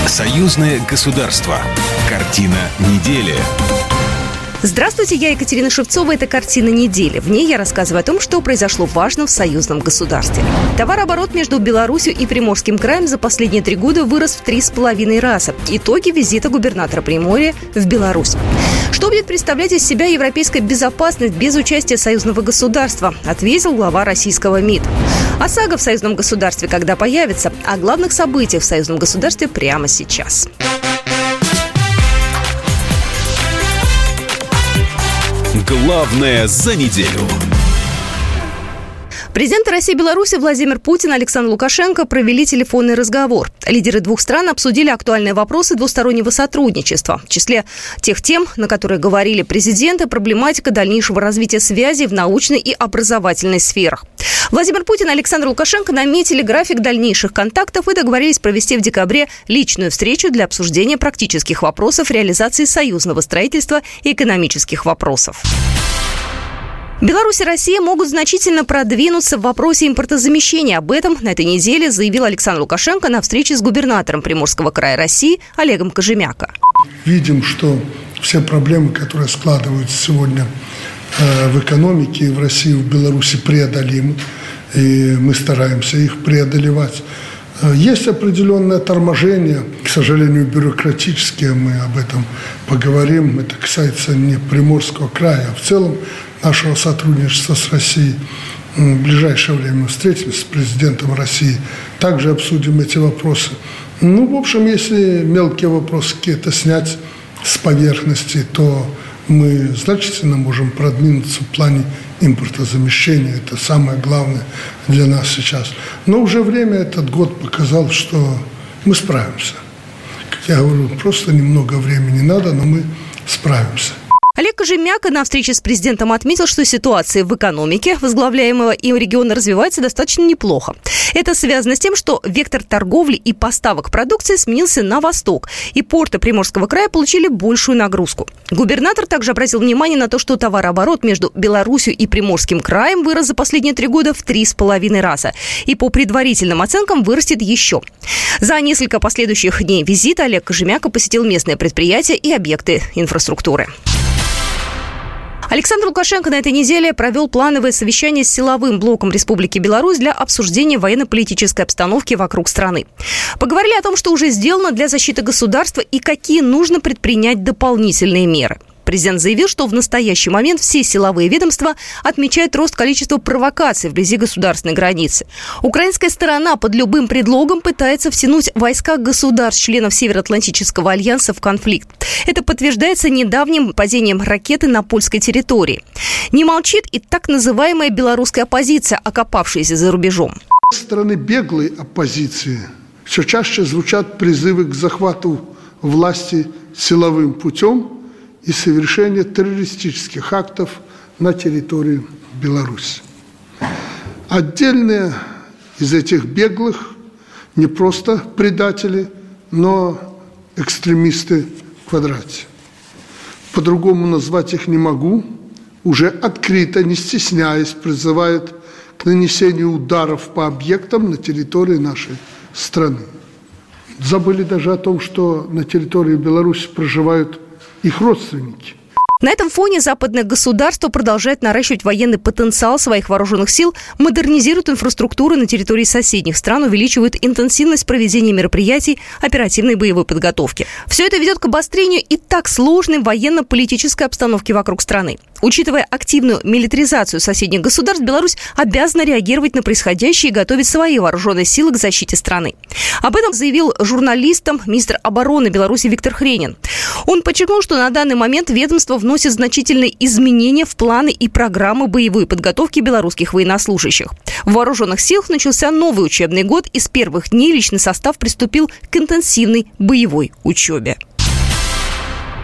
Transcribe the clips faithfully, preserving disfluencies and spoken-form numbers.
Союзное государство. Картина недели. Здравствуйте, я Екатерина Шевцова. Это «Картина недели». В ней я рассказываю о том, что произошло важно в союзном государстве. Товарооборот между Беларусью и Приморским краем за последние три года вырос в три с половиной раза. Итоги визита губернатора Приморья в Беларусь. Что будет представлять из себя европейская безопасность без участия союзного государства, ответил глава российского МИД. ОСАГО в союзном государстве когда появится? О главных событиях в союзном государстве прямо сейчас. Главное за неделю. Президенты России и Беларуси Владимир Путин и Александр Лукашенко провели телефонный разговор. Лидеры двух стран обсудили актуальные вопросы двустороннего сотрудничества. В числе тех тем, на которые говорили президенты, проблематика дальнейшего развития связей в научной и образовательной сферах. Владимир Путин и Александр Лукашенко наметили график дальнейших контактов и договорились провести в декабре личную встречу для обсуждения практических вопросов реализации союзного строительства и экономических вопросов. Беларусь и Россия могут значительно продвинуться в вопросе импортозамещения. Об этом на этой неделе заявил Александр Лукашенко на встрече с губернатором Приморского края России Олегом Кожемяко. Видим, что все проблемы, которые складываются сегодня э, в экономике в России, в Беларуси, преодолимы. И мы стараемся их преодолевать. Есть определенное торможение, к сожалению, бюрократические, мы об этом поговорим. Это касается не Приморского края, а в целом нашего сотрудничества с Россией. В ближайшее время мы встретимся с президентом России, также обсудим эти вопросы. Ну, в общем, если мелкие вопросы какие-то снять с поверхности, то мы значительно можем продвинуться в плане импортозамещения. Это самое главное для нас сейчас. Но уже время, этот год показал, что мы справимся. Как я говорю, просто немного времени надо, но мы справимся. Олег Кожемяко на встрече с президентом отметил, что ситуация в экономике возглавляемого им региона развивается достаточно неплохо. Это связано с тем, что вектор торговли и поставок продукции сменился на восток, и порты Приморского края получили большую нагрузку. Губернатор также обратил внимание на то, что товарооборот между Беларусью и Приморским краем вырос за последние три года в три с половиной раза, и по предварительным оценкам вырастет еще. За несколько последующих дней визита Олег Кожемяко посетил местные предприятия и объекты инфраструктуры. Александр Лукашенко на этой неделе провел плановое совещание с силовым блоком Республики Беларусь для обсуждения военно-политической обстановки вокруг страны. Поговорили о том, что уже сделано для защиты государства и какие нужно предпринять дополнительные меры. Президент заявил, что в настоящий момент все силовые ведомства отмечают рост количества провокаций вблизи государственной границы. Украинская сторона под любым предлогом пытается втянуть войска государств-членов Североатлантического альянса в конфликт. Это подтверждается недавним падением ракеты на польской территории. Не молчит и так называемая белорусская оппозиция, окопавшаяся за рубежом. Со стороны беглой оппозиции все чаще звучат призывы к захвату власти силовым путем и совершение террористических актов на территории Беларуси. Отдельные из этих беглых не просто предатели, но экстремисты в квадрате. По-другому назвать их не могу. Уже открыто, не стесняясь, призывают к нанесению ударов по объектам на территории нашей страны. Забыли даже о том, что на территории Беларуси проживают их родственники. На этом фоне западное государство продолжает наращивать военный потенциал своих вооруженных сил, модернизирует инфраструктуру на территории соседних стран, увеличивает интенсивность проведения мероприятий оперативной боевой подготовки. Все это ведет к обострению и так сложной военно-политической обстановки вокруг страны. Учитывая активную милитаризацию соседних государств, Беларусь обязана реагировать на происходящее и готовить свои вооруженные силы к защите страны. Об этом заявил журналистам министр обороны Беларуси Виктор Хренин. Он подчеркнул, что на данный момент ведомство вносит значительные изменения в планы и программы боевой подготовки белорусских военнослужащих. В вооруженных силах начался новый учебный год, и с первых дней личный состав приступил к интенсивной боевой учебе.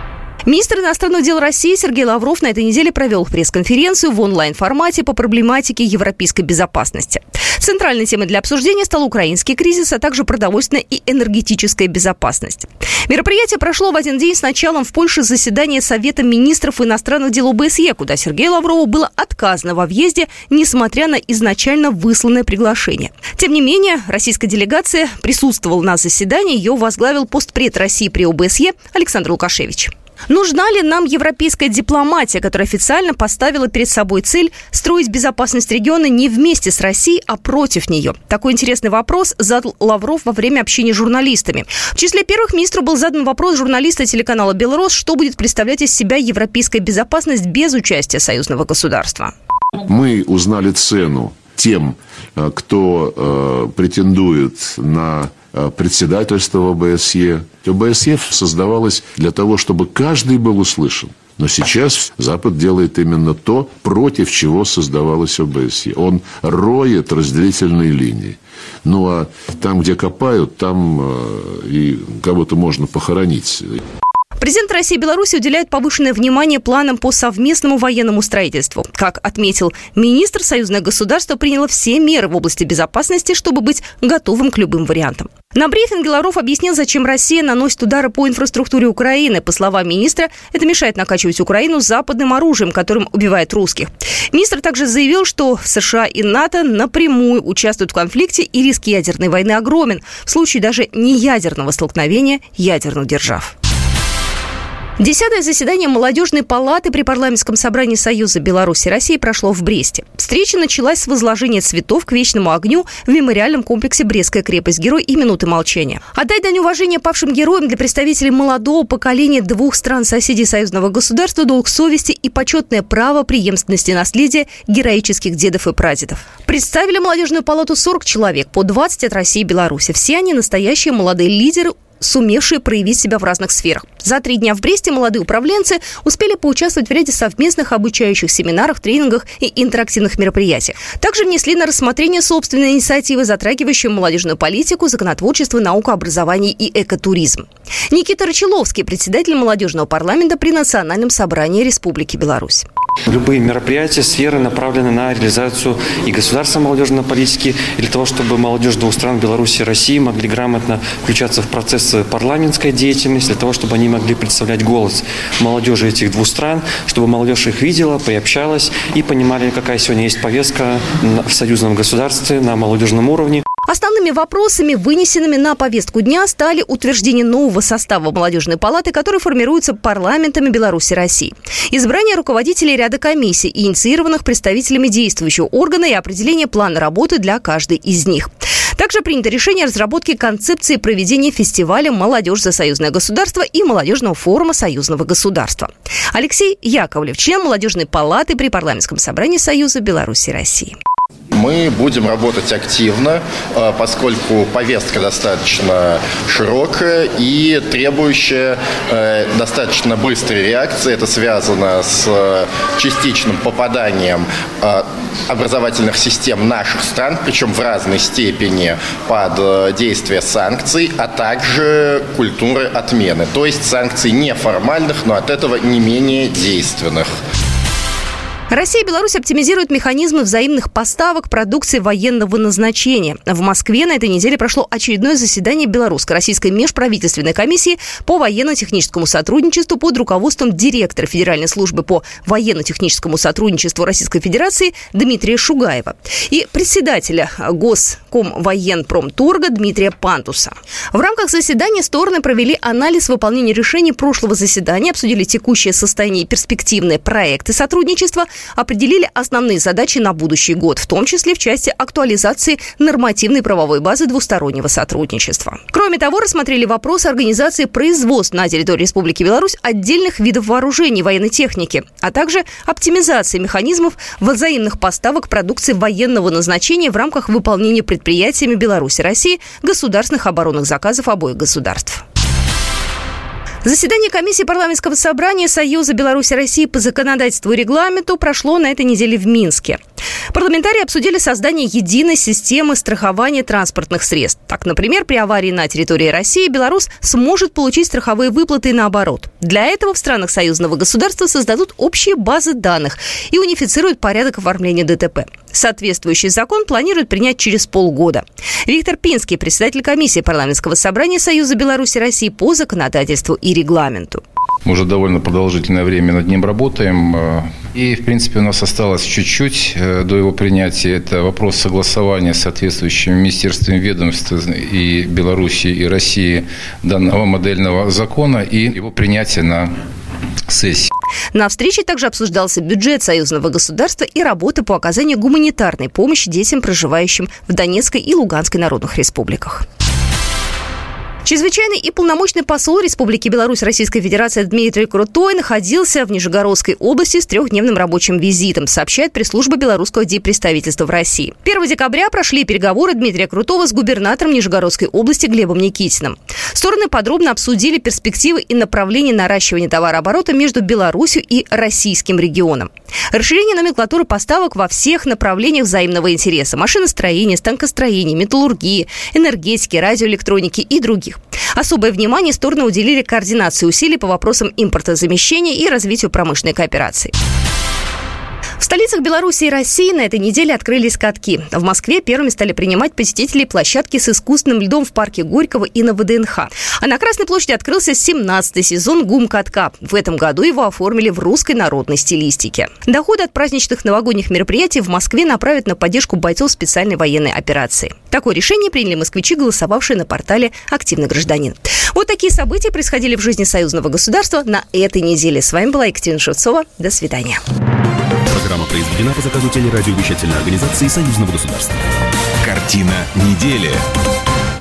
Министр иностранных дел России Сергей Лавров на этой неделе провел пресс-конференцию в онлайн-формате по проблематике европейской безопасности. Центральной темой для обсуждения стал украинский кризис, а также продовольственная и энергетическая безопасность. Мероприятие прошло в один день с началом в Польше заседания Совета министров иностранных дел ОБСЕ, куда Сергею Лаврову было отказано во въезде, несмотря на изначально высланное приглашение. Тем не менее, российская делегация присутствовала на заседании, ее возглавил постпред России при ОБСЕ Александр Лукашевич. Нужна ли нам европейская дипломатия, которая официально поставила перед собой цель строить безопасность региона не вместе с Россией, а против нее? Такой интересный вопрос задал Лавров во время общения с журналистами. В числе первых министру был задан вопрос журналиста телеканала «Белрос», что будет представлять из себя европейская безопасность без участия союзного государства. Мы узнали цену тем, кто э, претендует на председательство в ОБСЕ. ОБСЕ создавалось для того, чтобы каждый был услышан. Но сейчас Запад делает именно то, против чего создавалось ОБСЕ. Он роет разделительные линии. Ну а там, где копают, там э, и кого-то можно похоронить. Президент России и Беларуси уделяет повышенное внимание планам по совместному военному строительству. Как отметил министр, союзное государство приняло все меры в области безопасности, чтобы быть готовым к любым вариантам. На брифинге Лавров объяснил, зачем Россия наносит удары по инфраструктуре Украины. По словам министра, это мешает накачивать Украину западным оружием, которым убивает русских. Министр также заявил, что США и НАТО напрямую участвуют в конфликте, и риск ядерной войны огромен в случае даже неядерного столкновения ядерных держав. Десятое заседание Молодежной палаты при парламентском собрании Союза Беларуси и России прошло в Бресте. Встреча началась с возложения цветов к вечному огню в мемориальном комплексе «Брестская крепость-герой» и минуты молчания. Отдать дань уважения павшим героям для представителей молодого поколения двух стран-соседей союзного государства долг совести и почетное право преемственности наследия героических дедов и прадедов. Представили Молодежную палату сорок человек, по двадцать от России и Беларуси. Все они настоящие молодые лидеры, сумевшие проявить себя в разных сферах. За три дня в Бресте молодые управленцы успели поучаствовать в ряде совместных обучающих семинарах, тренингах и интерактивных мероприятиях. Также внесли на рассмотрение собственные инициативы, затрагивающие молодежную политику, законотворчество, науку, образование и экотуризм. Никита Рачеловский, председатель молодежного парламента при Национальном собрании Республики Беларусь. Любые мероприятия, сферы направлены на реализацию и государственной молодежной политики, и для того, чтобы молодежь двух стран, Беларуси и России, могли грамотно включаться в процессы парламентской деятельности, для того, чтобы они могли представлять голос молодежи этих двух стран, чтобы молодежь их видела, приобщалась и понимали, какая сегодня есть повестка в союзном государстве на молодежном уровне. Основными вопросами, вынесенными на повестку дня, стали утверждение нового состава Молодежной палаты, который формируется парламентами Беларуси и России, избрание руководителей ряда комиссий, инициированных представителями действующего органа, и определение плана работы для каждой из них. Также принято решение о разработке концепции проведения фестиваля «Молодежь за союзное государство» и молодежного форума союзного государства. Алексей Яковлев, член Молодежной палаты при парламентском собрании Союза Беларуси и России. Мы будем работать активно, поскольку повестка достаточно широкая и требующая достаточно быстрой реакции. Это связано с частичным попаданием образовательных систем наших стран, причем в разной степени, под действие санкций, а также культуры отмены. То есть санкций неформальных, но от этого не менее действенных. Россия и Беларусь оптимизируют механизмы взаимных поставок продукции военного назначения. В Москве на этой неделе прошло очередное заседание Белорусско-российской межправительственной комиссии по военно-техническому сотрудничеству под руководством директора Федеральной службы по военно-техническому сотрудничеству Российской Федерации Дмитрия Шугаева и председателя Госкомвоенпромторга Дмитрия Пантуса. В рамках заседания стороны провели анализ выполнения решений прошлого заседания, обсудили текущее состояние и перспективные проекты сотрудничества, определили основные задачи на будущий год, в том числе в части актуализации нормативной правовой базы двустороннего сотрудничества. Кроме того, рассмотрели вопрос организации производств на территории Республики Беларусь отдельных видов вооружений, военной техники, а также оптимизации механизмов взаимных поставок продукции военного назначения в рамках выполнения предприятиями Беларуси и России государственных оборонных заказов обоих государств. Заседание комиссии парламентского собрания Союза Беларуси и России по законодательству и регламенту прошло на этой неделе в Минске. Парламентарии обсудили создание единой системы страхования транспортных средств. Так, например, при аварии на территории России белорус сможет получить страховые выплаты и наоборот. Для этого в странах союзного государства создадут общие базы данных и унифицируют порядок оформления ДТП. Соответствующий закон планируют принять через полгода. Виктор Пинский, председатель комиссии парламентского собрания Союза Беларуси России по законодательству и регламенту. Мы уже довольно продолжительное время над ним работаем. И, в принципе, у нас осталось чуть-чуть до его принятия. Это вопрос согласования с соответствующими министерствами, ведомствами и Беларуси, и России данного модельного закона и его принятия на сессии. На встрече также обсуждался бюджет союзного государства и работа по оказанию гуманитарной помощи детям, проживающим в Донецкой и Луганской народных республиках. Чрезвычайный и полномочный посол Республики Беларусь Российской Федерации Дмитрий Крутой находился в Нижегородской области с трехдневным рабочим визитом, сообщает пресс-служба белорусского диппредставительства в России. первого декабря прошли переговоры Дмитрия Крутого с губернатором Нижегородской области Глебом Никитиным. Стороны подробно обсудили перспективы и направления наращивания товарооборота между Беларусью и российским регионом. Расширение номенклатуры поставок во всех направлениях взаимного интереса – машиностроения, станкостроения, металлургии, энергетики, радиоэлектроники и других. Особое внимание стороны уделили координации усилий по вопросам импортозамещения и развитию промышленной кооперации. В столицах Беларуси и России на этой неделе открылись катки. В Москве первыми стали принимать посетителей площадки с искусственным льдом в парке Горького и на ВДНХ. А на Красной площади открылся семнадцатый сезон гум-катка. В этом году его оформили в русской народной стилистике. Доходы от праздничных новогодних мероприятий в Москве направят на поддержку бойцов специальной военной операции. Такое решение приняли москвичи, голосовавшие на портале «Активный гражданин». Вот такие события происходили в жизни союзного государства на этой неделе. С вами была Екатерина Шевцова. До свидания. Программа произведена по заказу телерадиовещательной организации Союзного государства. Картина недели.